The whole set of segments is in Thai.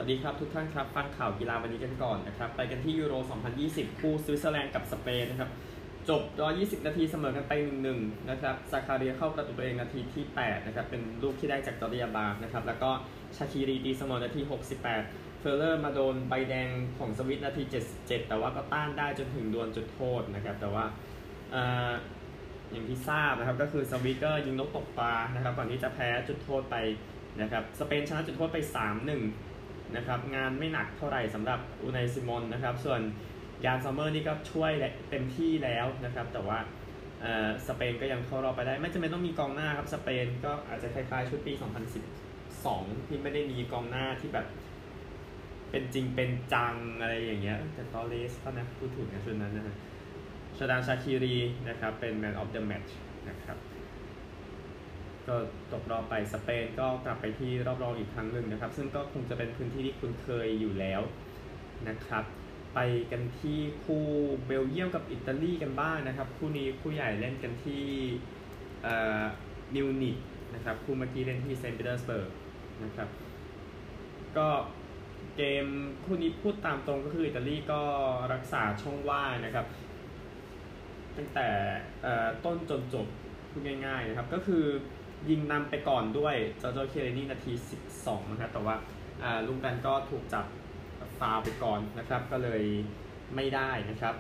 วัสดีครับทุกท่านครับฟังข่าวกีฬาวันนี้กันก่อนนะครับไปกันที่ยูโร 2020 คู่สวิตเซอร์แลนด์กับสเปนนะครับจบ120 นาทีเสมอกันไป 1-1 นะครับซาคาเรียเข้าประตูตัวเองนาทีที่ 8 นะครับเป็นลูกที่ได้จากจอร์ดิอาบานะครับแล้วก็ชาคีรีตีเสมอนาที 68 เฟอร์เลอร์มาโดนใบแดงของสวิตนาที 77 แต่ว่าก็ต้านได้จนถึงดวลจุดโทษนะครับแต่ว่าอย่างที่ทราบนะครับก็คือสวิตก็ยิงนกตกปลานะครับก่อนที่จะแพ้จุดโทษไปนะครับสเปนชนะจุดโทษไป 3-1 นะครับงานไม่หนักเท่าไหร่สำหรับอูไนซิมอนนะครับส่วนยานซัมเมอร์นี่ก็ช่วยเต็มที่แล้วนะครับแต่ว่าสเปนก็ยังเข้ารอบไปได้ไม่จำเป็นต้องมีกองหน้าครับสเปนก็อาจจะคล้ายๆชุดปี 2012 ที่ไม่ได้มีกองหน้าที่แบบเป็นจริงเป็นจังอะไรอย่างเงี้ยแต่ตอเลสก็นะพูดถึงในชุดนั้นนะชาดานชาคีรีนะครับเป็น Man of the Match นะครับก็ตกรอบไปสเปนก็กลับไปที่รอบรองอีกครั้งหนึ่งนะครับซึ่งก็คงจะเป็นพื้นที่ที่คุ้นเคยอยู่แล้วนะครับไปกันที่คู่เบลเยียมกับอิตาลีกันบ้างนะครับคู่นี้คู่ใหญ่เล่นกันที่มิวนิกนะครับคู่เมื่อกี้เล่นที่เซนต์ปีเตอร์สเบิร์กนะครับก็เกมคู่นี้พูดตามตรงก็คืออิตาลีก็รักษาช่องว่างนะครับตั้งแต่ต้นจนจบพูดง่ายๆนะครับก็คือยิงนำไปก่อนด้วยจอร์โจเคเรนี่นาที 12 นะครับแต่ว่าลูกนั้นก็ถูกจับฟาวล์ไปก่อนนะครับก็เลยไม่ได้นะครับ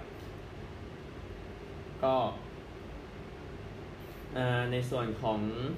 ก็ในส่วนของ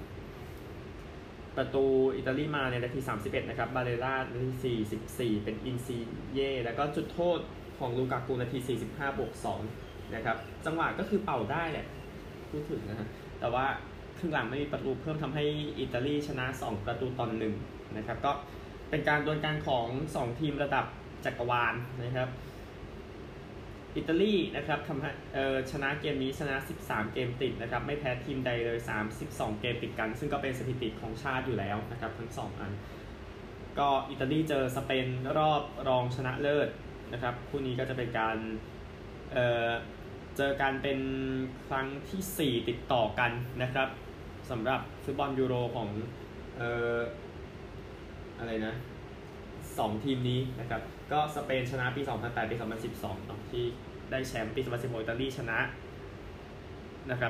ประตูอิตาลีมาในนาที 31 นะครับบาเรล่านาที 44 เป็นอินซีเย่แล้วก็จุดโทษของลูกากูนาที 45+2 นะครับจังหวะก็คือเป่าได้แหละพูดถึงนะฮะแต่ว่าครึ่งหลังไม่มีประตูเพิ่มทำให้อิตาลีชนะ2 ประตูต่อ 1นะครับก็เป็นการดวลกันของ2ทีมระดับจักรวาลนะครับอิตาลีนะครับทำให้ชนะเกมนี้ชนะ13 เกมติดนะครับไม่แพ้ทีมใดเลย32 เกมติดกันซึ่งก็เป็นสถิติของชาติอยู่แล้วนะครับทั้ง2อันก็อิตาลีเจอสเปนรอบรองชนะเลิศนะครับคู่นี้ก็จะเป็นการเจอกันเป็นครั้งที่4ติดต่อกันนะครับสำหรับฟุตบอลยูโรของอะไรนะ2ทีมนี้นะครับก็สเปนชนะปี 2008 ปี 2012 ที่ได้แชมป์ปี 2016 อิตาลีชนะนะครับ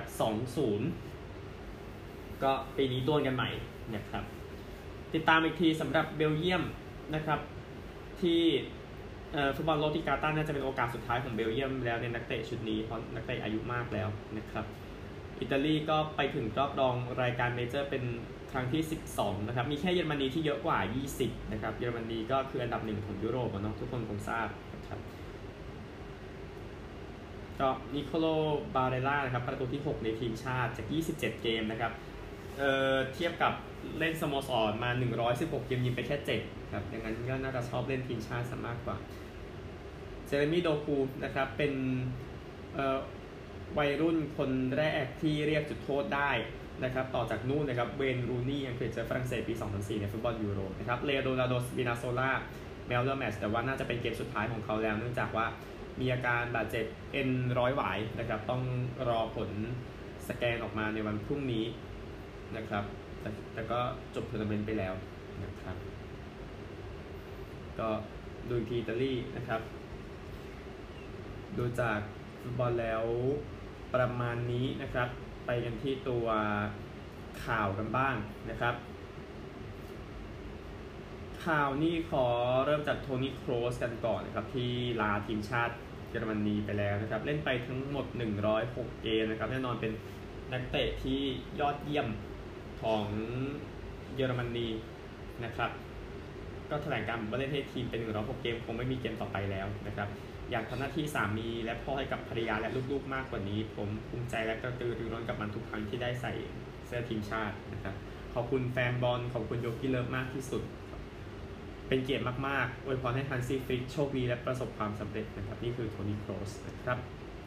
2-0 ก็ปีนี้ดวลกันใหม่นะครับติดตามอีกทีสำหรับเบลเยียมนะครับที่ฟุตบอลโลกที่กาตาร์น่าจะเป็นโอกาสสุดท้ายของเบลเยียมแล้วในนักเตะชุดนี้เพราะนักเตะอายุมากแล้วนะครับอิตาลีก็ไปถึงรอบรองรายการเมเจอร์เป็นครั้งที่12นะครับมีแค่เยอรมนีที่เยอะกว่า20นะครับเยอรมนีก็คืออันดับ1ของยุโรปเนาะทุกคนคงทราบนะครับก็นิโคโลบาเรล่านะครับประตูที่6ในทีมชาติจาก27เกมนะครับเทียบกับเล่นสโมสรมา116เกมยิงไปแค่7ครับดังนั้นก็น่าจะชอบเล่นทีมชาติซะมากกว่าเจเรมี่โดคูนะครับเป็นวัยรุ่นคนแรกที่เรียกจุดโทษได้นะครับต่อจากนู่นนะครับเวนรูนี่อังกฤษเจอฝรั่งเศสปี 2004 ในฟุตบอลยูโรนะครับเลโดราโดสบินาโซล่าแมลเลอร์แมชแต่ว่าน่าจะเป็นเกมสุดท้ายของเขาแล้วเนื่องจากว่ามีอาการบาดเจ็บเอ็นร้อยหวายนะครับต้องรอผลสแกนออกมาในวันพรุ่งนี้นะครับแต่ก็จบทัวร์นาเมนต์ไปแล้วนะครับก็ดูทีอิตาลีนะครับดูจากฟุตบอลแล้วประมาณนี้นะครับไปกันที่ตัวข่าวกันบ้างนะครับข่าวนี้ขอเริ่มจากโทนี่โครสกันก่อนนะครับที่ลาทีมชาติเยอรมนีไปแล้วนะครับเล่นไปทั้งหมด106เกมนะครับแน่นอนเป็นนักเตะที่ยอดเยี่ยมของเยอรมนีนะครับก็แถลงการว่าเล่นให้ทีมเป็น106เกมคงไม่มีเกมต่อไปแล้วนะครับอยากทำหน้าที่สามีและพ่อให้กับภรรยาและลูกๆมากกว่านี้ผมภูมิใจและกระตือรือร้นกับมันทุกครั้งที่ได้ใส่เสื้อทีมชาตินะครับขอบคุณแฟนบอลขอบคุณโยกิเลิฟมากที่สุดเป็นเกียรติมากๆอวยพรให้ฮันซี่ฟลิกโชคดีและประสบความสำเร็จนะครับนี่คือโทนี่โครสนะครับ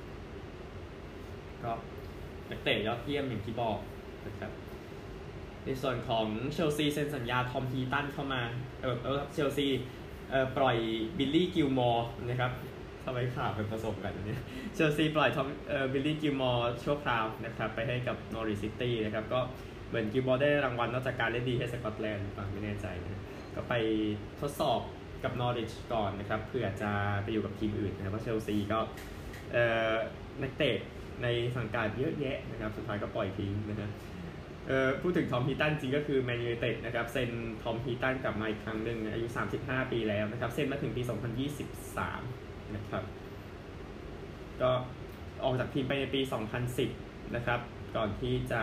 ก็นักเตะยอดเยี่ยมอย่างที่บอกนะครับในส่วนของเชลซีเซ็นสัญญาทอมฮีตันเข้ามาเชลซีปล่อยบิลลี่กิลมอร์นะครับทำไมข่าวเป็นประสบกันเนี่ยเชลซีปล่อยบิลลี่กิลมอร์ชั่วคราวนะครับไปให้กับนอริสซิตี้นะครับก็เหมือนกิลมอร์ได้รางวัลนอกจากการเล่นดีให้สกอตแลนด์ฟังไม่แน่ใจนะก็ไปทดสอบกับนอริชก่อนนะครับเพื่อจะไปอยู่กับทีมอื่นนะครับเพราะเชลซีก็นักเตะในสังกัดเยอะแยะนะครับสุดท้ายก็ปล่อยทิ้งนะฮะพูดถึงทอมฮีตันจริงก็คือแมนยูไนเต็ดนะครับเซ็นทอมฮีตันกลับมาอีกครั้งหนึ่งอายุ35ปีแล้วนะครับเซ็นมาถึงปี2023นะครับก็ออกจากทีมไปในปี2010นะครับก่อนที่จะ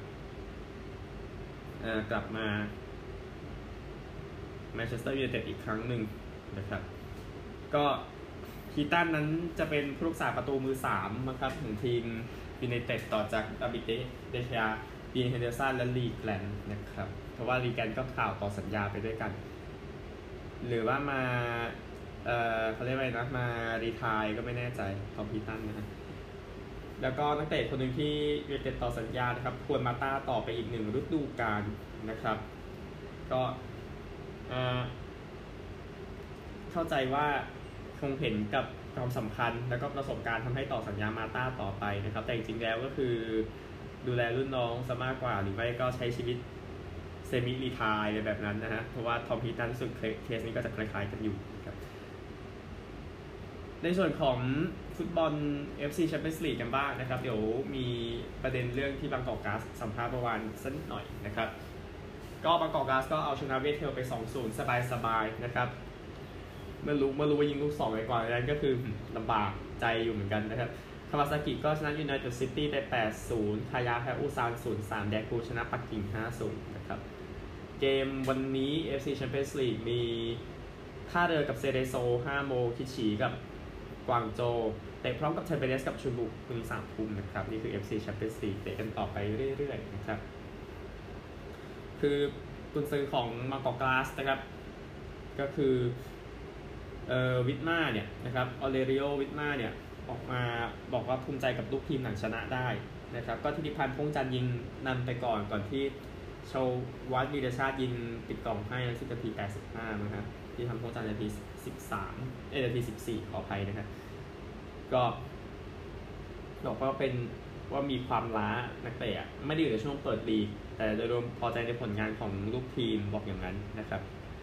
กลับมาแมนเชสเตอร์ยูไนเต็ดอีกครั้งหนึ่งนะครับก็ฮีตันนั้นจะเป็นผู้รักษาประตูมือ3นะครับของทีมยูไนเต็ดต่อจากดาวิดเดชาบีนเฮเดอร์สันและลีแกลนนะครับเพราะว่าลีแกลนก็ข่าวต่อสัญญาไปด้วยกันหรือว่ามาเขาเรียกว่าอะไรนะมารีไทร์ก็ไม่แน่ใจทอมฮีตันนะฮะแล้วก็นักเตะคนหนึ่งที่ยูไนเต็ดต่อสัญญานะครับควรมาต้าต่อไปอีก1ฤดูกาลนะครับก็เข้าใจว่าคงเห็นกับความสำคัญแล้วก็ประสบการณ์ทำให้ต่อสัญญามาต้าต่อไปนะครับแต่จริงๆแล้วก็คือดูแลรุ่นน้องซะมากกว่าหรือไม่ก็ใช้ชีวิตเซมิรีไทร์อะไรแบบนั้นนะฮะเพราะว่าทอมฮีตันสุดเคสนี้ก็จะคล้ายๆกันอยู่ครับในส่วนของฟุตบอล FC Champions League กันบ้างนะครับเดี๋ยวมีประเด็นเรื่องที่บางกอกก๊าซสัมภาษณ์เมื่อวานสักหน่อยนะครับก็บางกอกก๊าซก็เอาชนะเวทเทลไป 2-0 สบายๆนะครับเมื่อรู้ว่ายิงลูก2ไปก่อนนั้นก็คือลำบากใจอยู่เหมือนกันนะครับคาวาซากิก็ชนะยูไนเต็ดซิตี้ไป 8-0 คายาแพ้อูซาน 0-3 แดกูชนะปักกิ่ง 5-0 นะครับเกมวันนี้ FC Champions League มีท่าเรือกับเซเรโซ 5 โมงคิชิกับกวางโจวเตะพร้อมกับเทเบเรสกับชูบุพรุ่งนี้ 3 ทุ่มนะครับนี่คือ FC Champions League เตะกันต่อไปเรื่อยๆนะครับคือกุนซือของบางกอกก๊าซนะครับก็คือวิทม่าเนี่ยนะครับออเรริโอวิทม่าเนี่ยออกมาบอกว่าภูมิใจกับลูกทีมหลังชนะได้นะครับก็ธิติพันธ์พงษ์จันทร์ยิงนำไปก่อนที่โชวัตวีรชาติยิงปิดกล่องให้ในนาที85นะครับที่ทำพงษ์จันทร์นาที13นาที14ขออภัยนะครับก็บอกว่าเป็นว่ามีความล้านักเตะไม่ได้อยู่ในช่วงเปิดลีกแต่โดยรวมพอใจในผลงานของลูกทีมบอกอย่างนั้นนะครับ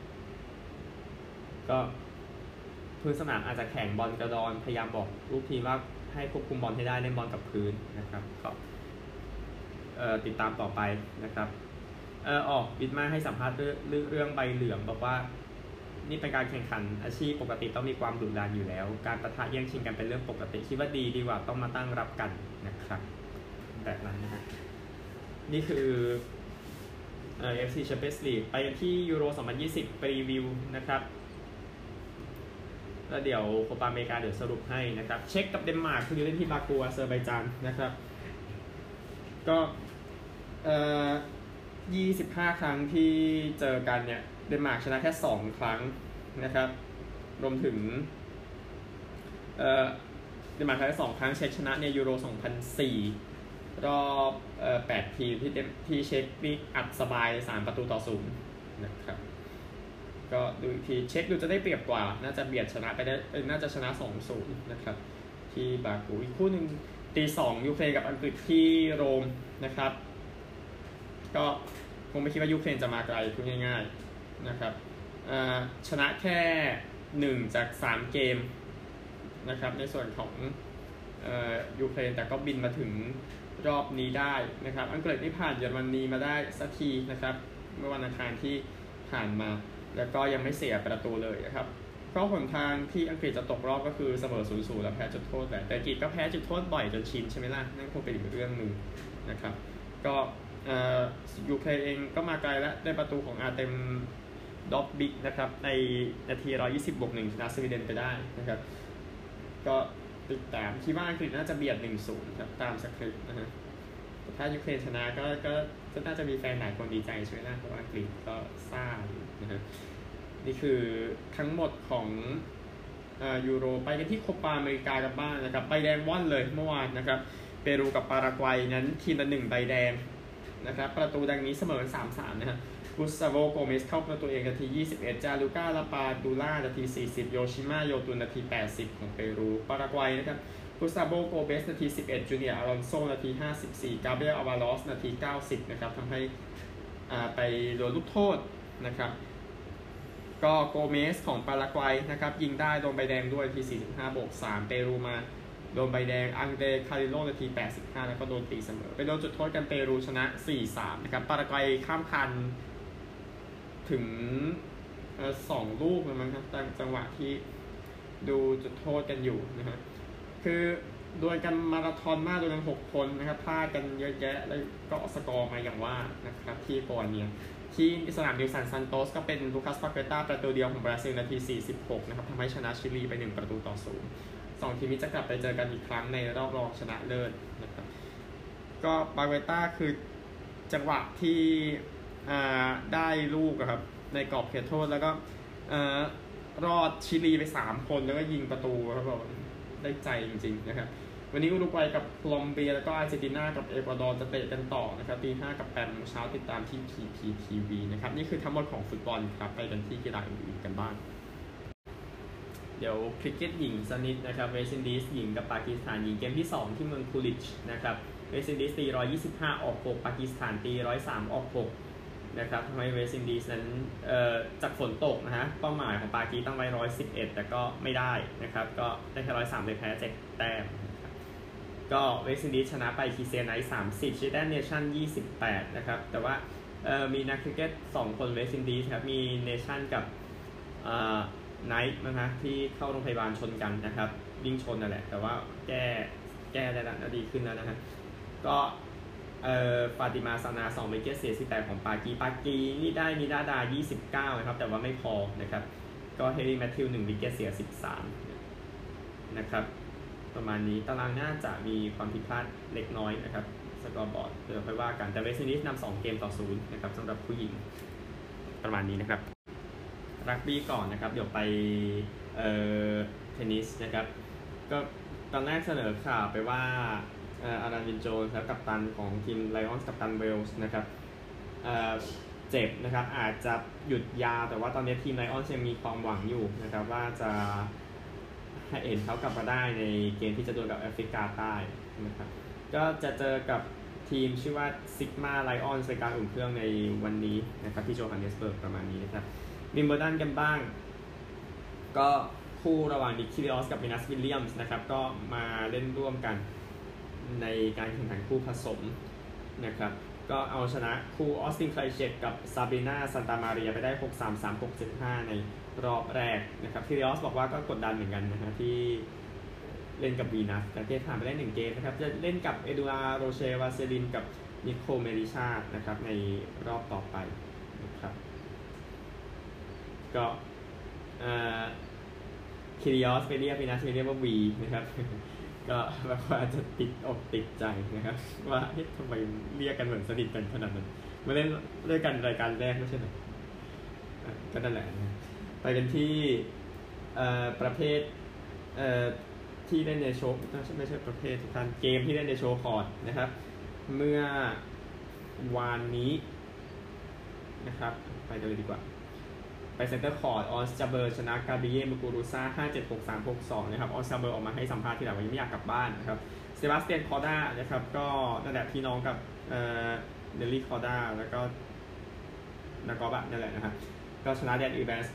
ก็พื้นสนามอาจจะแข่งบอลกระดอนพยายามบอกลูกทีมว่าให้ควบคุมบอลให้ได้เล่นบอลกับพื้นนะครับก็ติดตามต่อไปนะครับวิทม่าให้สัมภาษณ์เรื่องใบเหลืองบอกว่านี่เป็นการแข่งขันอาชีพปกติต้องมีความดุดันอยู่แล้วการปะทะแย่งชิงกันเป็นเรื่องปกติคิดว่าดีกว่าต้องมาตั้งรับกันนะครับแบบนั้นนะฮะนี่คือFC Champions League ไปกันที่ยูโร2020ไปรีวิวนะครับแล้วเดี๋ยวโคปาอเมริกาเดี๋ยวสรุปให้นะครับเช็คกับเดนมาร์กคือเล่นที่บากูอาเซอร์ไบจานนะครับก็25 ครั้งที่เจอกันเนี่ยเดนมาร์กชนะแค่2 ครั้งนะครับรวมถึงเดนมาร์กชนะ2 ครั้งเช็คชนะในยูโร2004รอบ8 ทีมที่เช็คนี่อัดสบาย3-0นะครับก็ดูอีกทีเช็คดูจะได้เปรียบกว่าน่าจะเบียดชนะไปได้น่าจะชนะ 2-0 นะครับที่บากูอีกคู่หนึ่งตี2ยูเครนกับอังกฤษที่โรมนะครับก็คงไม่คิดว่ายูเครนจะมาไกลพูดง่ายๆนะครับชนะแค่1 จาก 3 เกมนะครับในส่วนของยูเครนแต่ก็บินมาถึงรอบนี้ได้นะครับอังกฤษได้ผ่านเยอรมนีมาได้สักทีนะครับเมื่อวันอังคารที่ผ่านมาแล้วก็ยังไม่เสียประตูเลยนะครับก็หนทางที่อังกฤษจะตกรอบก็คือเสมอ 0-0 แล้วแพ้จุดโทษแต่อังกฤษก็แพ้จุดโทษบ่อยจนชินใช่ไหมล่ะนั่นคงเป็นอีกเรื่องนึงนะครับก็ยูเครนเองก็มาไกลแล้วได้ประตูของอาร์เต็มดอบบิกนะครับในนาที120+1ชนะสวีเดนไปได้นะครับก็ติดตามคิดว่าอังกฤษน่าจะเบียด 1-0 ครับตามสคริปต์นะฮะถ้ายูเครนชนะก็น่าจะมีแฟนหลายคนดีใจใช่ไหมล่ะเพราะว่าอังกฤษก็ซ่าอยู่นะฮะนี่คือทั้งหมดของยูโรไปกันที่โคปาอเมริกากันบ้างนะครับใบแดงว่อนเลยเมื่อวานนะครับเปรูกับปารากวัยนั้นทีมละ1 ใบแดงนะครับประตูดังนี้เสมอ 3-3 นะฮะกุสซาโวโกเมสเข้าประตูเองนาที21จาลูก้าลาปาดูล่านาที40โยชิมะโยตุนนาที80ของเปรูปารากวัยนะครับกุสซาโวโกเมสนาที11จูเนียร์อารอนโซนาที54กาเบรียลอาวาลอสนาที90นะครับทำให้ไปโดนลูกโทษนะครับก็โกเมสของปารากวัยนะครับยิงได้โดนใบแดงด้วยที45+3เปรูมาโดนใบแดงอังเดรคาริโลนาที85แล้วก็โดนตีเสมอไปโดนจุดโทษกันเปรูชนะ 4-3 นะครับปารากวัยข้ามคันถึง2 ลูกเลยมั้งครับจังหวะที่ดูจุดโทษกันอยู่นะฮะคือโดยกันมาราธอนมากโดยกัน6 คนนะครับพลาดกันเยอะแยะแล้วก็สกอร์มาอย่างว่านะครับที่โปรเนียที่สนามดิวซันซันโตสก็เป็นลูคัส ปาเกต้าประตูเดียวของบราซิลนาที46นะครับทำให้ชนะชิลีไป1-0 2 ทีมนี้จะกลับไปเจอกันอีกครั้งในรอบรองชนะเลิศนะครับก็ปาเกต้าคือจังหวะที่ได้ลูกครับในกรอบเขตโทษแล้วก็รอดชิลีไป3 คนแล้วก็ยิงประตูครับผมได้ใจจริงๆนะครับวันนี้อุรุกวัยกับโคลอมเบียแล้วก็อาร์เจนตินากับเอกวาดอร์จะเตะกันต่อนะครับตี 5 กับ 8 โมงเช้าติดตามที่ PPTV นะครับนี่คือทั้งหมดของฟุตบอลครับไปกันที่กีฬาอื่นๆกันบ้างเดี๋ยวคริกเก็ตหญิงสักนิดนะครับเวสต์อินดีสหญิงกับปากีสถานหญิงเกมที่2ที่เมืองคูลิชนะครับเวสต์อินดีสตี125ออก6ปากีสถานตี103ออก6นะครับทำให้เวสต์อินดีสนั้นจากฝนตกนะฮะเป้าหมายของปากีตั้งไว้111แต่ก็ไม่ได้นะครับก็ได้แค่103เลยแพ้7 แต้มก็เวสต์อินดีสชนะไปคีเซียไนท์30ชิแดนเนชั่น28นะครับแต่ว่ามีนักคริกเก็ต2 คนเวสต์อินดีสครับมีเนชั่นกับไนท์นะฮะที่เข้าโรงพยาบาลชนกันนะครับวิ่งชนนั่นแหละแต่ว่าแก้ได้แล้วดีขึ้นแล้วนะฮะก็ฟาติมาซานา2 วิกเก็ตเสีย18ของปากีนี่ได้นิดาดา29นะครับแต่ว่าไม่พอนะครับก็เฮรี่แมทธิว1 วิกเก็ตเสีย13นะครับประมาณนี้ตารางน่าจะมีความผิดพลาดเล็กน้อยนะครับสกอร์บอร์ดเดี๋ยวค่อยว่ากันแต่เวสต์อินดีสนำ2-0นะครับสำหรับผู้หญิงประมาณนี้นะครับรักบี้ก่อนนะครับเดี๋ยวไปเทนนิสนะครับก็ตอนแรกเสนอข่าวไปว่าอารันวินโจนส์กัปตันของทีมไลออนส์กัปตันเวลส์นะครับเจ็บนะครับอาจจะหยุดยาวแต่ว่าตอนนี้ทีมไลออนส์ยังมีความหวังอยู่นะครับว่าจะให้เห็นเขากลับมาได้ในเกมที่จะดวลกับแอฟริกาใต้นะครับก็จะเจอกับทีมชื่อว่าซิกมาไลออนส์ในการอุ่นเครื่องในวันนี้นะครับที่โจฮันเนสเบิร์กประมาณนี้นะครับวิมเบิลดันกันบ้างก็คู่ระหว่างนิกคิริออสกับเวนัสวิลเลียมส์นะครับก็มาเล่นร่วมกันในการแข่งขันคู่ผสมนะครับก็เอาชนะคู่ออสตินไคลเชตกับซาบีนาซันตามาเรียไปได้ 6-3 3-6 7-5 ในรอบแรกนะครับคิริออสบอกว่าก็กดดันเหมือนกันนะฮะที่เล่นกับวีนัสแต่เกมผ่านไปได้1 เกมนะครับจะเล่นกับเอดูอาร์โรเชวาเซลินกับนิโคเมริชานะครับในรอบต่อไปนะครับก็คิริออสไปเรียกวีนัสไปเรียกว่าวีนะครับก็แบบว่าจะติดอกติดใจนะครับว่าทำไมเรียกกันเหมือนสนิทกันขนาดนั้นมาเล่นด้วยกันรายการแรกไม่ใช่เหรอก็นั่นแหละนะไปกันที่ประเภทที่เล่นในโชว์ไม่ใช่ประเภทการเกมที่เล่นในโชว์คอร์ดนะครับเมื่อวานนี้นะครับไปกันเลยดีกว่าไปเซ็นเตอร์คอร์ดออสจาเบอร์ชนะกาเบรียล มูกูรูซ่า 5-7-6-3-6-2 นะครับออสจาเบอร์ออกมาให้สัมภาษณ์ที่หลังว่ายังไม่อยากกลับบ้านนะครับเซบาสเตียนคอร์ด้านะครับก็นั่นแหละพี่น้องกับเนลลี่คอร์ด้าแล้วก็นากอบะนั่นแหละนะครับก็ชนะแดนอีเวส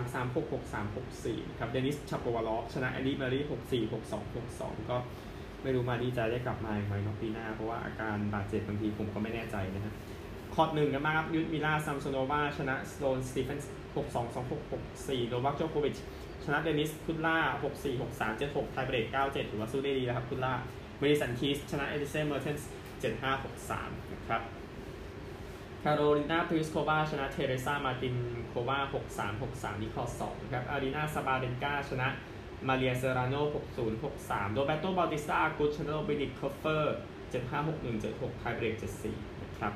6-3-3-6-6-3-6-4 ครับเดนิสชาโปวาลอฟชนะแอนดี้เมอรี่ 6-4-6-2-6-2 ก็ไม่รู้มาดีใจได้กลับมาไหมน้องปีหน้าเพราะว่าอาการบาดเจ็บบางทีผมก็ไม่แน่ใจนะครับคอร์ด1กันบ้างครับยุทธมิลาซัมโซโนวาชนะสโตนสตีเฟนส์ 6-2-2-6-6-4 โนวัคโจโควิชชนะเดนิสคุตล่า 6-4 6-3 7-6 ไทเบรก 9-7 ถือว่าสู้ได้ดีนะครับคุตล่าเมดิสันคีสชนะเอลิเซ่เมอร์เทนส์ 7-5 6-3 นะครับคาโรลินาพริสโควาชนะเทเรซ่ามาตินโควา 6-3 6-3 นี่คอร์ด2นะครับอารีนาซาบาเดนกาชนะมาเรียเซราโน 6-0 6-3 โรเบโตบาติสตาอากุชชนะโรบินิกคอฟเฟอร์ 7-5 6-1 7-6 ไทเบรก 7-4 นะครับ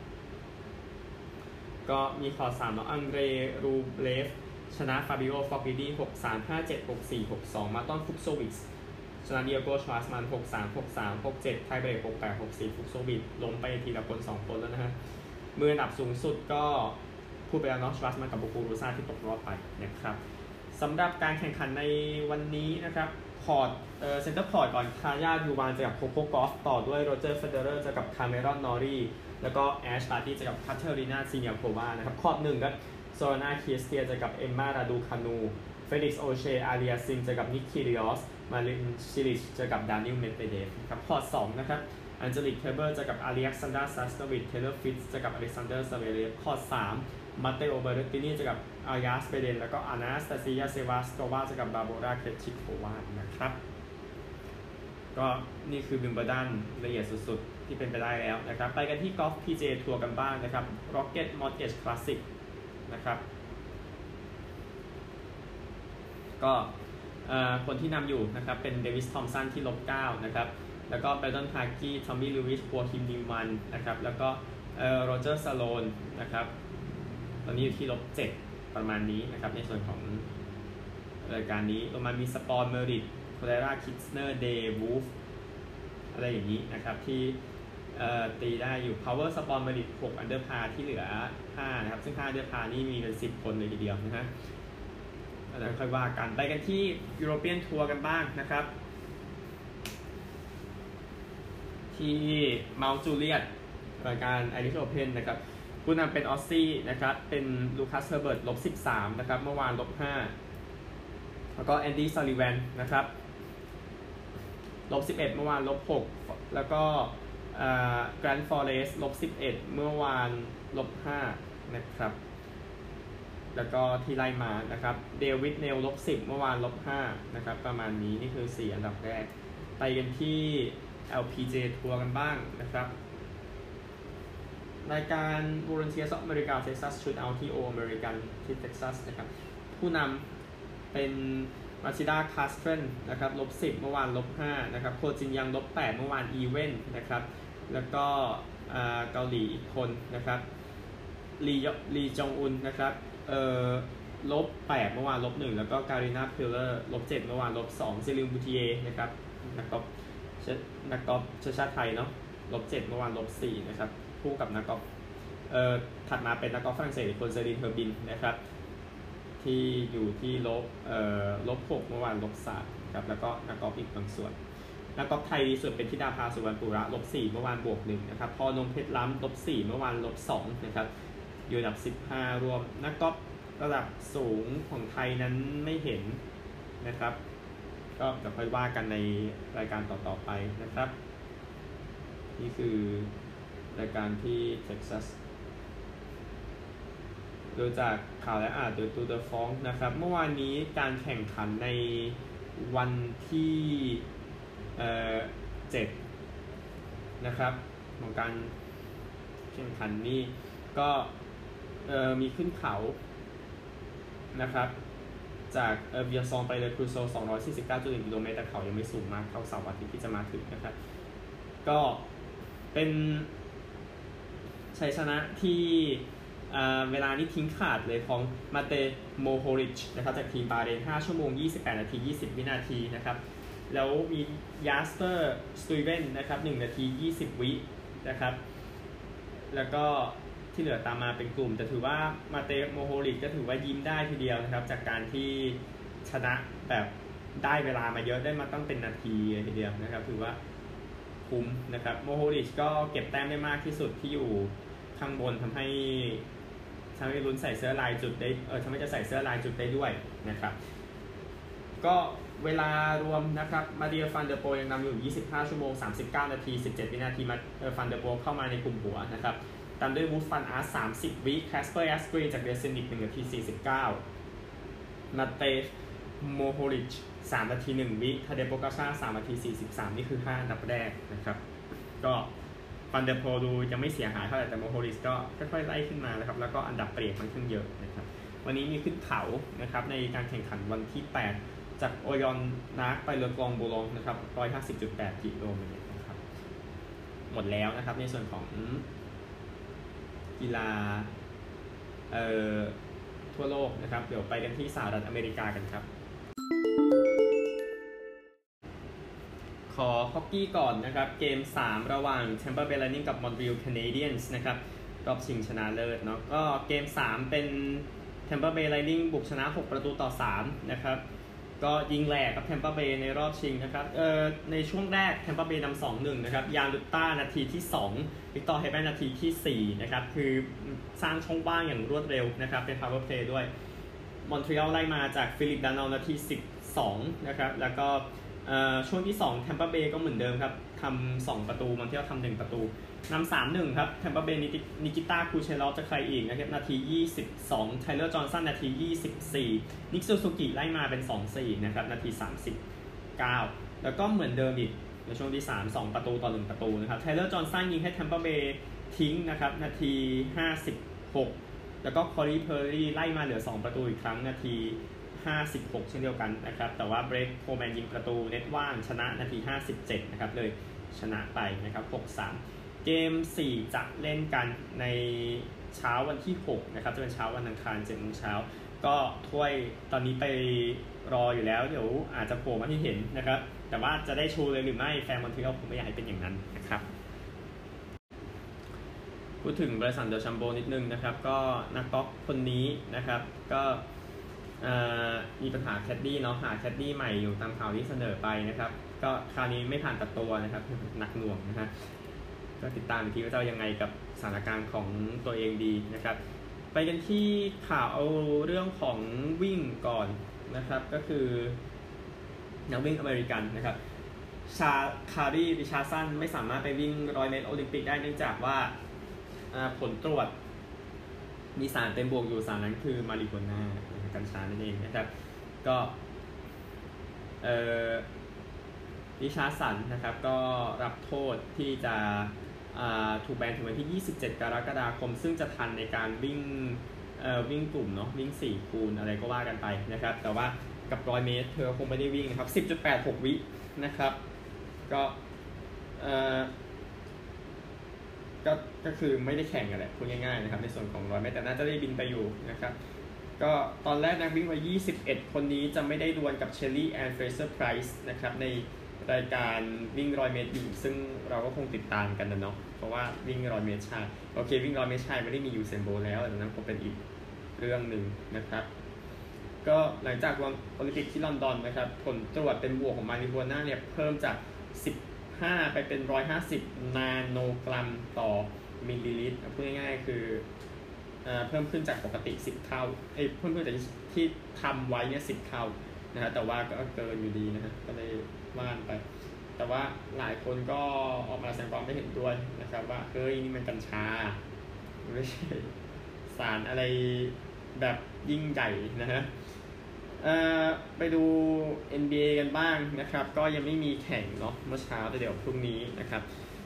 ก็มีคอร์ด3น้องอังเดรรูเลฟชนะฟาบิโอฟอร์กิดี 6-3 5-7 6-4 6-2 มาตอนฟุกโซวิชชนะเดียโกชวาสมัน 6-3 6-3 6-7 ไทเบรก 6-8 6-4 ฟุกโซวิชล้มไปทีละคน2 คนแล้วนะฮะมืออันดับสูงสุดก็พูดไปแล้วเนาะชวาสมันกับบูกูรูซ่าที่ตกรอบไปนะครับสำหรับการแข่งขันในวันนี้นะครับคอร์ดเซ็นเตอร์คอร์ดก่อนคาญายูวานจะกับโคโคกอฟต่อด้วยโรเจอร์เฟเดอเรอร์จะกับคาเมรอนนอรีแล้วก็แอชบาร์ตี้จะกับคาเทอรีนาซีเนียโควานะครับคอร์ด1ครับโซนาเคียสเตียเจอกับเอมมาราดูคานูเฟลิกซ์โอเชอาเรียซิงเจอกับนิกคิริออสมารินชิลิชเจอกับดานิลเมดเวเดฟครับคอร์ด2นะครับอันเจลิกเทเบิร์เจอกับอาเล็กซานดราซัสโนวิชเทเลอร์ฟิตเจอกับอเล็กซานเดอร์ซาเวเรฟคอร์ด3มาเตโอเบเรตินีเจอกับอายาสเปเดนแล้วก็อานาสตาซิยาเซวาสโตวาเจอกับบาโบราเคชิโควานะครับก็นี่คือวิมเบิลดันละเอียดสุดๆที่เป็นไปได้แล้วนะครับไปกันที่กอล์ฟ PGA ทัวร์กันบ้างนะครับ Rocket Mortgage Classic นะครับก็คนที่นำอยู่นะครับเป็นเดวิสทอมสันที่-9นะครับแล้วก็เบลตันพาร์กี้ทอมมี่ลูวิสโควคิมนิวมันนะครับแล้วก็โรเจอร์ซาโลนนะครับตอนนี้อยู่ที่-7ประมาณนี้นะครับในส่วนของรายการนี้ลงมามีสปอร์เมอริทโคเรราคิสเนอร์เดย์วูฟอะไรอย่างนี้นะครับที่ตีได้อยู่ Power Sport Merit 6 อันเดอร์พาที่เหลือ5นะครับซึ่ง5อันเดอร์พานี่มีเป็น10คนเลยทีเดียวนะฮะแล้วค่อยว่ากันไปกันที่ยุโรเปียนทัวร์กันบ้างนะครับที่เมาส์จูเลียตรายการ Irish Open นะครับผู้นำเป็นออสซี่นะครับเป็นลูคัสเฮอร์เบิร์ต-13นะครับเมื่อวาน-5แล้วก็แอนดี้ซัลลิแวนนะครับ-11เมื่อวาน-6แล้วก็แกรนด์ฟอเรสต์-11เมื่อวาน-5นะครับแล้วก็ที่ไล่มานะครับเดวิดเนล-10เมื่อวาน-5นะครับประมาณนี้นี่คือ4อันดับแรกไปกันที่ LPGA ทัวร์กันบ้างนะครับรายการ Volunteers of America Texas Shootout ที่ All American ที่ Texas นะครับผู้นำเป็นมาชิดาคาสเทรนนะครับ-10เมื่อวาน-5นะครับโคจินยัง-8เมื่อวานอีเวนนะครับแล้วก็เกาหลีอีกคนนะครับลีจงอุนนะครับ-8เมื่อวาน-1แล้วก็การีนาพิลเลอร์-7เมื่อวาน-2ซิลินบูติเยนะครับนักกอล์ฟชาติไทยเนาะ-7เมื่อวาน-4นะครับคู่กับนักกอล์ฟถัดมาเป็นนักกอล์ฟฝรั่งเศสอีกคนเซรินเฮอร์บินนะครับที่อยู่ที่-6เมื่อวาน-3ครับแล้วก็นักกอล์ฟอีกบางส่วนนักกอล์ฟไทยดีสุดเป็นธิดาภาสุวรรณปุระ-4เมื่อวาน-1นะครับพอนงเพชรล้ำ-4เมื่อวาน-2นะครับอยู่อันดับ15รวมนักกอล์ฟระดับสูงของไทยนั้นไม่เห็นนะครับก็จะค่อยว่ากันในรายการต่อๆไปนะครับนี่คือรายการที่เท็กซัสดูจากข่าวและเดี๋ยวตูเดอร์ฟองนะครับเมื่อวานนี้การแข่งขันในวันที่7นะครับของการแข่งขันนี้ก็มีขึ้นเขานะครับจากเบียซองไปเลยครูโซ 249.1 กิโลเมตรแต่เขายังไม่สูงมากเท่าเสาร์อาทิตย์ที่จะมาถึงนะครับก็เป็นชัยชนะที่เวลานี้ทิ้งขาดเลยของมาเตโมโฮริชนะครับจากทีมบาเรน5ชั่วโมง28นาที20วินาทีนะครับแล้วมียาสเปอร์สตูเวนนะครับ1นาที20วินะครับแล้วก็ที่เหลือตามมาเป็นกลุ่มแต่ถือว่ามาเตโมโฮริชก็ถือว่ายิ้มได้ทีเดียวนะครับจากการที่ชนะแบบได้เวลามาเยอะได้มาตั้งเป็นนาทีทีเดียวนะครับถือว่าคุ้มนะครับโมโฮริชก็เก็บแต้มได้มากที่สุดที่อยู่ข้างบนทำให้ลุ้นใส่เสื้อลายจุดได้ทำให้จะใส่เสื้อลายจุดได้ด้วยนะครับก็เวลารวมนะครับมาเดียฟันเดอร์โปยังนำอยู่25ชั่วโมง39นาที17วินาทีมาฟันเดอร์โปเข้ามาในกลุ่มหัวนะครับตามด้วยวูดฟันอาร์ต30วิแคสเปอร์แอสกรีจากเดซนิก1นาที49มาเตโมโฮริช3นาที1วิทาเดโปกาชา3นาที43นี่คือ5อันดับแรกนะครับก็ฟันเดอร์โปดูยังไม่เสียหายเท่าไหร่แต่โมโฮริชก็ค่อยๆไล่ขึ้นมานะครับแล้วก็อันดับเปลี่ยนมันขึ้นเยอะนะครับวันนี้มีขึ้นเขานะครับในการแข่งขันวันที่8จากโอยอนนาร์กไปเลอกองโบลองนะครับ 150.8 กิโลเมตรนะครับหมดแล้วนะครับในส่วนของกีฬาทั่วโลกนะครับเดี๋ยวไปกันที่สหรัฐอเมริกากันครับขอฮอกกี้ก่อนนะครับเกม3ระหว่าง Tampa Bay Lightning กับ Montreal Canadiens นะครับรอบชิงชนะเลิศเนาะก็เกม3เป็น Tampa Bay Lightning บุกชนะ6-3นะครับก็ยิงแหลกกับแทมเปอร์เบย์ในรอบชิงนะครับในช่วงแรกแทมเปอร์เบย์นำ 2-1 นะครับยานลุตต้านาทีที่2วิกตอร์เฮเบนนาทีที่4นะครับคือสร้างช่องว่างอย่างรวดเร็วนะครับเป็น power play ด้วยมอนทรีออลไล่มาจากฟิลิปดานอลนาที12นะครับแล้วก็ช่วงที่2แทมเปอร์เบย์ก็เหมือนเดิมครับทำ2ประตูมอนทรีออลทำ1ประตูนำ 3-1 ครับแทมเปอร์เบย์นิกิต้าคูเชลอฟจะใครอีกนะครับนาที22ไทเลอร์จอห์นสันนาที24นิกซูซูกิไล่มาเป็น 2-4 นะครับนาที39แล้วก็เหมือนเดิมอีกในช่วงที่3 2ประตูต่อ1ประตูนะครับไทเลอร์จอห์นสันยิงให้แทมเปอร์เบย์ทิ้งนะครับนาที56แล้วก็คอรีเพอร์รี่ไล่มาเหลือ2ประตูอีกครั้งนาที56เช่นเดียวกันนะครับแต่ว่าเบรกโคแมนยิงประตูเน็ตว่างชนะนาที57นะครับเลยชนะไปนะครับ6-3เกม4จะเล่นกันในเช้าวันที่6นะครับจะเป็นเช้าวันอังคาร 7:00 น.ก็ถ้วยตอนนี้ไปรออยู่แล้วเดี๋ยวอาจจะโผล่มาที่เห็นนะครับแต่ว่าจะได้ชูเลยหรือไม่แฟนมอนทรีออลผมไม่อยากให้เป็นอย่างนั้นนะครับพูดถึงบริษัทเดลชัมโบนิดนึงนะครับก็นักกอล์ฟคนนี้นะครับก็มีปัญหาแคดดี้เนาะหาแคดดี้ใหม่อยู่ตามข่าวที่เสนอไปนะครับก็คราวนี้ไม่ผ่านตัดตัวนะครับหนักหน่วงนะฮะก็ติดตามอีกทีว่าจะยังไงกับสถานการณ์ของตัวเองดีนะครับไปกันที่ข่าวเอาเรื่องของวิ่งก่อนนะครับก็คือนักวิ่งอเมริกันนะครับคารีริชาร์สันไม่สามารถไปวิ่ง100 เมตรโอลิมปิกได้เนื่องจากว่าผลตรวจมีสารเป็นบวกอยู่สารนั้นคือมาริโฮน่ากัญชานั่นเองนะครับก็ริชาร์สันนะครับก็รับโทษที่จะถูกแบนถึงวันที่27 กรกฎาคมซึ่งจะทันในการวิ่งกลุ่มเนาะวิ่ง4 คูณอะไรก็ว่ากันไปนะครับแต่ว่ากับ100 เมตรเธอคงไม่ได้วิ่งนะครับ 10.86 วินะครับก็คือไม่ได้แข่งกันแหละพูดง่ายๆนะครับในส่วนของ100 เมตรแต่น่าจะได้บินไปอยู่นะครับก็ตอนแรกนักวิ่งวัย21คนนี้จะไม่ได้ดวลกับเชลลี่แอนด์เฟรเซอร์ไพรส์นะครับในรายการวิ่ง100 เมตรหญิงซึ่งเราก็คงติดตามกันนะเนาะเพราะว่าวิ่ง100 เมตรชายโอเควิ่ง100 เมตรชายไม่ได้มียูเซนโบแล้วแต่นั้นก็เป็นอีกเรื่องหนึ่งนะครับก็หลังจากวันโอลิมปิกที่ลอนดอนนะครับผลตรวจเป็นบวกของมาริโฮน่าเนี่ยเพิ่มจาก15ไปเป็น150นาโนกรัมต่อมิลลิลิตรพูดง่ายๆคือเพิ่มขึ้นจากปกติ10 เท่าเพิ่มขึ้นจากที่ทำไว้เนี่ย10 เท่านะฮะแต่ว่าก็เกินอยู่ดีนะฮะก็เลยว่านไปแต่ว่าหลายคนก็ออกมาแสดงความไม่เห็นด้วยนะครับว่าเฮ้ยนี่มันกัญชาไม่ใช่สารอะไรแบบยิ่งใหญ่นะฮะไปดู NBA กันบ้างนะครับก็ยังไม่มีแข่งเนาะเมื่อเช้าแต่เดี๋ยวพรุ่งนี้นะครับ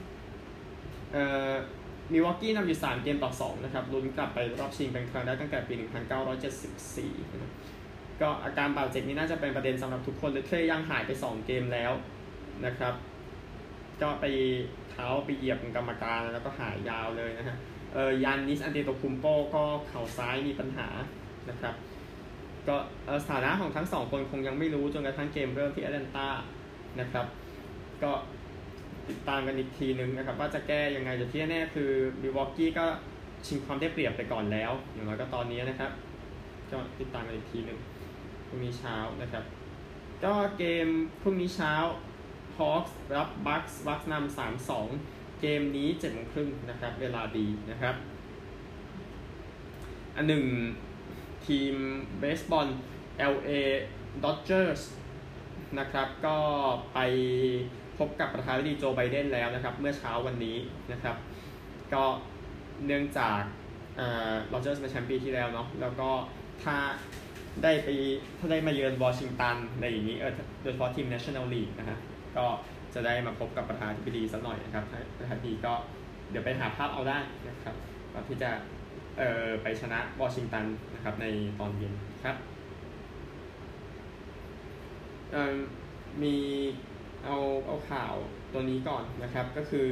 มิลวอกกี้นำอยู่3 เกมต่อ 2นะครับลุ้นกลับไปรอบชิงเป็นครั้งแรกตั้งแต่ปี 1974นะครับก็อาการบาดเจ็บนี้น่าจะเป็นประเด็นสำหรับทุกคนเลยเทรยังหายไป2 เกมแล้วนะครับก็ไปเท้าไปเหยียบกรรมการแล้วก็หายยาวเลยนะฮะยานนิสอันเตโตคุมโปก็เข่าซ้ายมีปัญหานะครับก็สถานะของทั้ง2คนคงยังไม่รู้จนกระทั่งเกมเริ่มที่แอตแลนตานะครับก็ติดตามกันอีกทีนึงนะครับว่าจะแก้ยังไงแต่ที่แน่คือมิลวอกกี้ก็ชิงความได้เปรียบไปก่อนแล้วอย่างน้อยก็ตอนนี้นะครับก็ติดตามกันอีกทีนึงพรุ่งนี้เช้านะครับก็เกมพรุ่งนี้เช้าฮอคส์รับบัคส์นำ 3-2 เกมนี้ 7:30 นนะครับเวลาดีนะครับอันหนึ่งทีมเบสบอล LA Dodgers นะครับก็ไปพบกับประธานาธิบดีโจไบเดนแล้วนะครับเมื่อเช้าวันนี้นะครับก็เนื่องจากDodgersเป็นแชมป์ปีที่แล้วเนาะแล้วก็ถ้าได้มาเยือนวอชิงตันในอย่างนี้โดยเฉพาะทีม National League นะฮะก็จะได้มาพบกับประธานาธิบดีสักหน่อยนะครับประธานาธิบดีก็เดี๋ยวไปหาภาพเอาได้นะครับก่อนที่จะไปชนะวอชิงตันนะครับในตอนเย็นครับมีเอาข่าวตัวนี้ก่อนนะครับก็คือ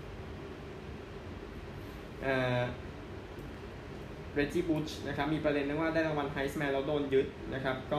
เรจิบูชนะครับมีประเด็นเรื่องว่าได้รางวัลไฮส์แมนแล้วโดนยึดนะครับก็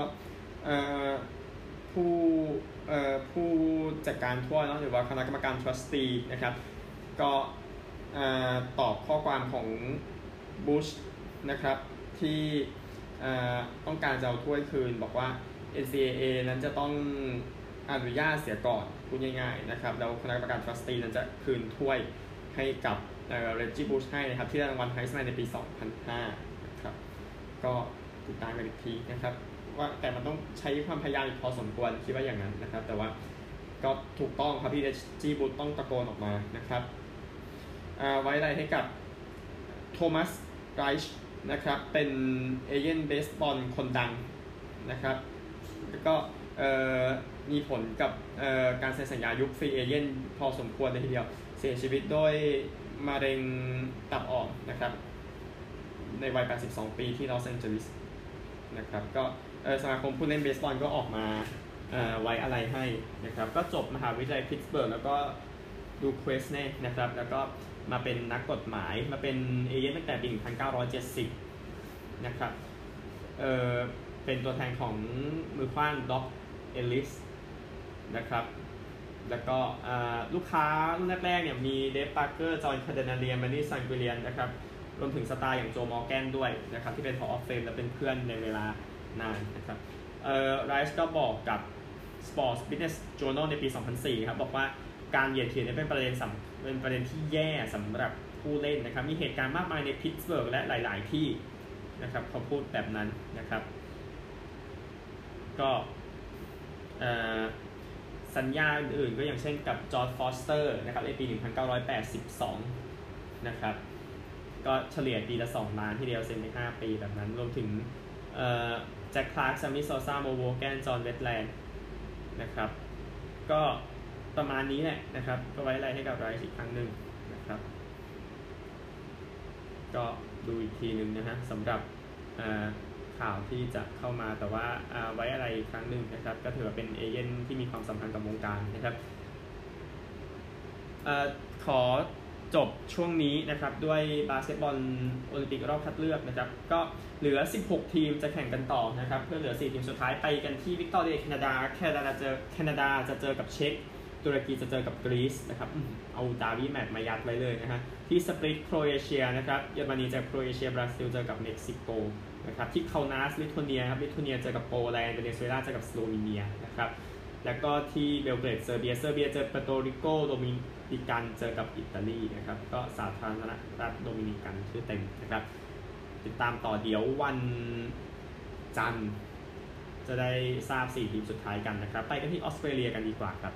ผู้จัดการทั่วเนาะหรือว่าคณะกรรมการทรัสตีนะครับก็ตอบข้อความของบูชนะครับที่ต้องการจะเอาถ้วยคืนบอกว่า NCAA นั้นจะต้องอนุญาตเสียก่อนพูดง่ายๆนะครับแล้วคณะกรรมการ Trustee นั้นจะคืนถ้วยให้กับReggie Bush ให้นะครับที่ได้รางวัล Heisman ในปี 2005 นะครับก็ติดตามกันอีกทีนะครับว่าแต่มันต้องใช้ความพยายามพอสมควรคิดว่าอย่างนั้นนะครับแต่ว่าก็ถูกต้องครับที่ Reggie Bush ต้องตะโกนออกมานะครับไว้อะไรให้กับโทมัสไรช์นะครับเป็นเอเจนต์เบสบอลคนดังนะครับแล้วก็มีผลกับการเซ็นสัญญายุคฟรีเอเจนต์พอสมควรเลยทีเดียวเสียชีวิตด้วยมะเร็งตับอ่อนนะครับในวัย 82 ปีที่ลอสแองเจลิสนะครับก็สมาคมผู้เล่นเบสบอลก็ออกมาไว้อะไรให้นะครับก็จบมหาวิทยาลัยพิตต์สเบิร์กแล้วก็ดูเควสเน่นะครับแล้วก็มาเป็นนักกฎหมายมาเป็นเอเจนต์ตั้งแต่ปี 1970 นะครับเป็นตัวแทนของมือขว้างด็อกเอลลิสนะครับแล้วก็ลูกค้ารุ่นแรกๆเนี่ยมีเดฟปาร์เกอร์จอห์นคาเดนาเลียนแมนนี่ซันกุเลียนนะครับรวมถึงสตาร์อย่างโจมอร์แกนด้วยนะครับที่เป็น Hall of Fame และเป็นเพื่อนในเวลานานนะครับไรส์ก็บอกกับ Sports Business Journal ในปี 2004 ครับบอกว่าการเหยียดผิวเป็นประเด็นที่แย่สำหรับผู้เล่นนะครับมีเหตุการณ์มากมายในพิตต์สเบิร์กและหลายๆที่นะครับเขาพูดแบบนั้นนะครับก็สัญญาอื่นๆก็อย่างเช่นกับจอร์จฟอสเตอร์นะครับในปี 1982 นะครับก็เฉลี่ยปีละ2 ล้านที่เดียวเซ็นไป5 ปีแบบนั้นรวมถึงแจ็คคลาร์กซัมมี่โซซ่าโมโวแกนจอห์นเวทแลนด์นะครับก็ประมาณนี้แหละนะครับก็ไว้อะไรให้กับไรซ์อีกครั้งหนึ่งนะครับก็ดูอีกทีนึงนะฮะสำหรับข่าวที่จะเข้ามาแต่ว่าไว้อะไรอีกครั้งหนึ่งนะครับก็ถือว่าเป็นเอเจนต์ที่มีความสัมพันธ์กับวงการนะครับขอจบช่วงนี้นะครับด้วยบาสเกตบอลโอลิมปิกรอบคัดเลือกนะครับก็เหลือ16 ทีมจะแข่งกันต่อนะครับเพื่อเหลือ4 ทีมสุดท้ายไปกันที่วิกตอเรียแคนาดาจะเจอกับเช็กตุรกีจะเจอกับกรีซนะครับเอาดาร์บี้แมตช์มายัดไว้เลยนะฮะที่สปริตโครเอเชียนะครับเยอรมนีเจอโครเอเชียบราซิลเจอกับเม็กซิโกนะครับที่คาลนาสลิทัวเนียครับลิทัวเนียเจอกับโปแลนด์เวเนซุเอลาเจอกับสโลวีเนียนะครับแล้วก็ที่เบลเกรดเซอร์เบียเจอเปโตรริโกโดมินิกันเจอกับอิตาลีนะครับก็สาธารณรัฐโดมินิกันชื่อเต็มนะครับติดตามต่อเดี๋ยววันจันทร์จะได้ทราบ4 ทีมสุดท้ายกันนะครับไปกันที่ออสเตรเลียกันดีกว่าครับ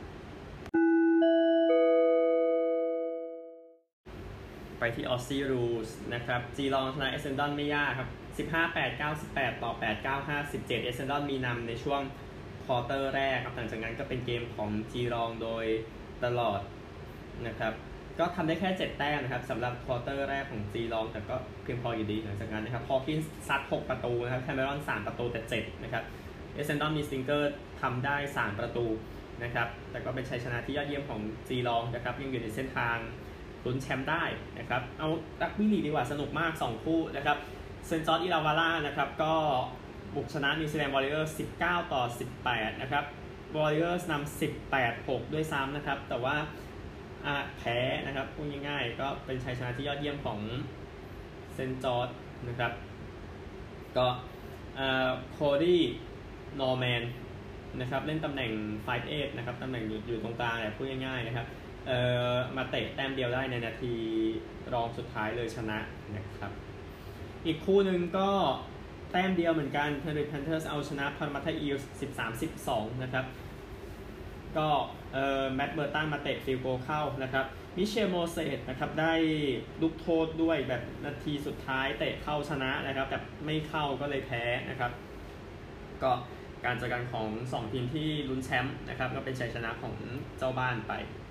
ไปที่ออสซี่รูสนะครับจีลองชนะเอเซนดอนไม่ยากครับ15-8 9-18 ต่อ 8-9 5-17เอเซนดอนมีนำในช่วงควอเตอร์แรกครับหลังจากนั้นก็เป็นเกมของจีลองโดยตลอดนะครับก็ทำได้แค่ 7 แต้มนะครับสำหรับควอเตอร์แรกของจีลองแต่ก็เพียงพออยู่ดีหลังจากนั้นนะครับพอคินซัด6 ประตูนะครับแคมเมรอน3 ประตูแต่7นะครับเอเซนดอนมีสติงเกอร์ทำได้3 ประตูนะครับแต่ก็เป็นชัยชนะที่ยอดเยี่ยมของจีลองนะครับยังอยู่ในเส้นทางลุ้นแชมป์ได้นะครับเอารักบี้ลีกดีกว่าสนุกมาก2 คู่นะครับเซนต์จอร์จอิลาวาร่านะครับก็บุกชนะนิวซีแลนด์วอริเออร์19-18นะครับวอริเออร์นำ18-6ด้วยซ้ำนะครับแต่ว่าแพ้นะครับพูดง่ายๆก็เป็นชัยชนะที่ยอดเยี่ยมของเซนต์จอร์จนะครับก็โคดี้นอร์แมนนะครับเล่นตำแหน่ง 5'8 นะครับตำแหน่งอยู่ตรงกลางพูดง่ายๆนะครับมาเตะแต้มเดียวได้ในนาทีรองสุดท้ายเลยชนะนะครับอีกคู่หนึ่งก็แต้มเดียวเหมือนกันเพนริแพนเทอร์สเอาชนะพารามัตอีลส์ 13-12 นะครับก็แมตต์เบอร์ตันมาเตะฟิลด์โกลเข้านะครับมิเชลโมเซสนะครับได้ลูกโทษด้วยแบบนาทีสุดท้ายเตะเข้าชนะนะครับแต่ไม่เข้าก็เลยแพ้นะครับก็การเจอกันของ2 ทีมที่ลุ้นแชมป์นะครับก็เป็นชัยชนะของเจ้าบ้าน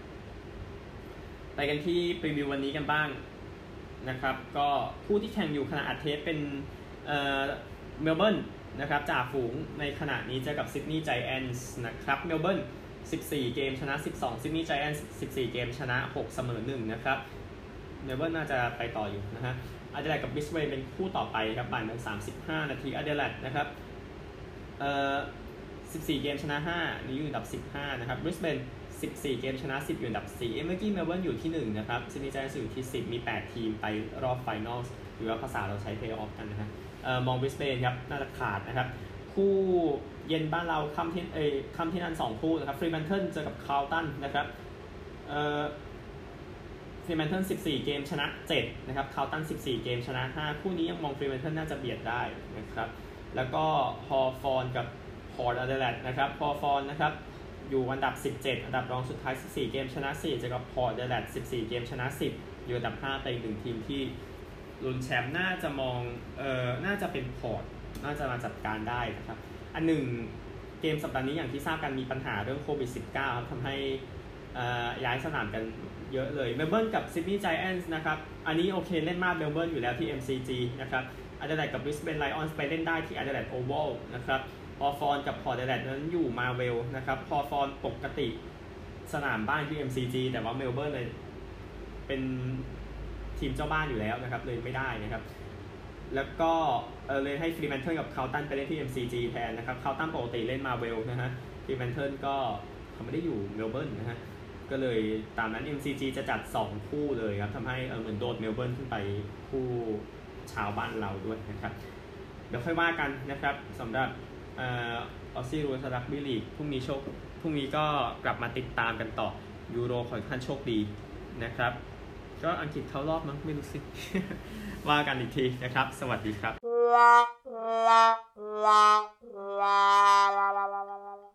ไปกันที่พรีวิววันนี้กันบ้างนะครับก็คู่ที่แข่งอยู่ขณะอัดเทปเป็นเมลเบิร์นนะครับจ่าฝูงในขณะนี้เจอกับซิดนีย์ไจแอนท์นะครับเมลเบิร์น14 เกมชนะ12ซิดนีย์ไจแอนท์14 เกมชนะ6เสมอ1นะครับเมลเบิร์นน่าจะไปต่ออยู่นะฮะอเดเลดกับบริสเบนเป็นคู่ต่อไปครับบ่ายโมง35 นาทีอเดเลดนะครับ14 เกมชนะ5นี่อยู่อันดับ15นะครับบริสเบน14 เกมชนะ10อยู่อันดับ4เมื่อกี้เมลเบิร์นอยู่ที่1นะครับซิดนีย์ไจแอนท์อยู่ที่10มี8 ทีมไปรอบไฟนอลหรือว่าภาษาเราใช้เพลย์ออฟกันนะฮะมองบริสเบนครับน่าจะขาดนะครับคู่เย็นบ้านเราค่ำที่นั่น2คู่นะครับฟรีแมนเทิลเจอกับคาร์ลตันนะครับฟรีแมนเทิล14เกมชนะ7นะครับคาร์ลตัน14เกมชนะ5คู่นี้ยังมองฟรีแมนเทิลน่าจะเบียดได้นะครับแล้วก็ฮอฟอนกับพอร์ตแอดเลดนะครับฮอฟอนนะครับอยู่อันดับ17อันดับรองสุดท้าย14เกมชนะ4เจอกับพอร์ตแอดเลด14เกมชนะ10อยู่อันดับ5เป็น1ทีมที่ลุ้นแชมป์น่าจะมองน่าจะเป็นพอร์ตน่าจะมาจัดการได้นะครับอันหนึ่งเกมสัปดาห์นี้อย่างที่ทราบกันมีปัญหาเรื่องโควิด -19 ครับทำให้ย้ายสนามกันเยอะเลยเมลเบิร์นกับซิดนีย์ไจแอนท์นะครับอันนี้โอเคเล่นมากเมลเบิร์นอยู่แล้วที่ MCG นะครับแอดเลดกับบริสเบนไลออนส์ไปเล่นได้ที่แอดเลดโอวัลนะครับฮอฟอนกับพอร์ตแอดเลดนั้นอยู่มาเวลนะครับฮอฟอนปกติสนามบ้านที่ MCG แต่ว่าเมลเบิร์นเลยเป็นทีมเจ้าบ้านอยู่แล้วนะครับเลยไม่ได้นะครับแล้วก็เลยให้ฟรีแมนเทิลกับคาร์ลตันไปเล่นที่ MCG แทนนะครับคาร์ลตันปกติเล่นมาเวลนะฮะฟรีแมนเทิลก็เขาไม่ได้อยู่เมลเบิร์นนะฮะก็เลยตามนั้น MCG จะจัด2คู่เลยครับทำให้เหมือนโดดเมลเบิร์นขึ้นไปคู่ชาวบ้านเราด้วยนะครับเดี๋ยวค่อยว่ากันนะครับสำหรับออสซี่รูสรักบี้ลีกพรุ่งนี้ก็กลับมาติดตามกันต่อยูโรขอให้ท่านโชคดีนะครับก็อังกฤษเข้ารอบมั้งไม่รู้สิ ว่ากันอีกทีนะครับสวัสดีครับ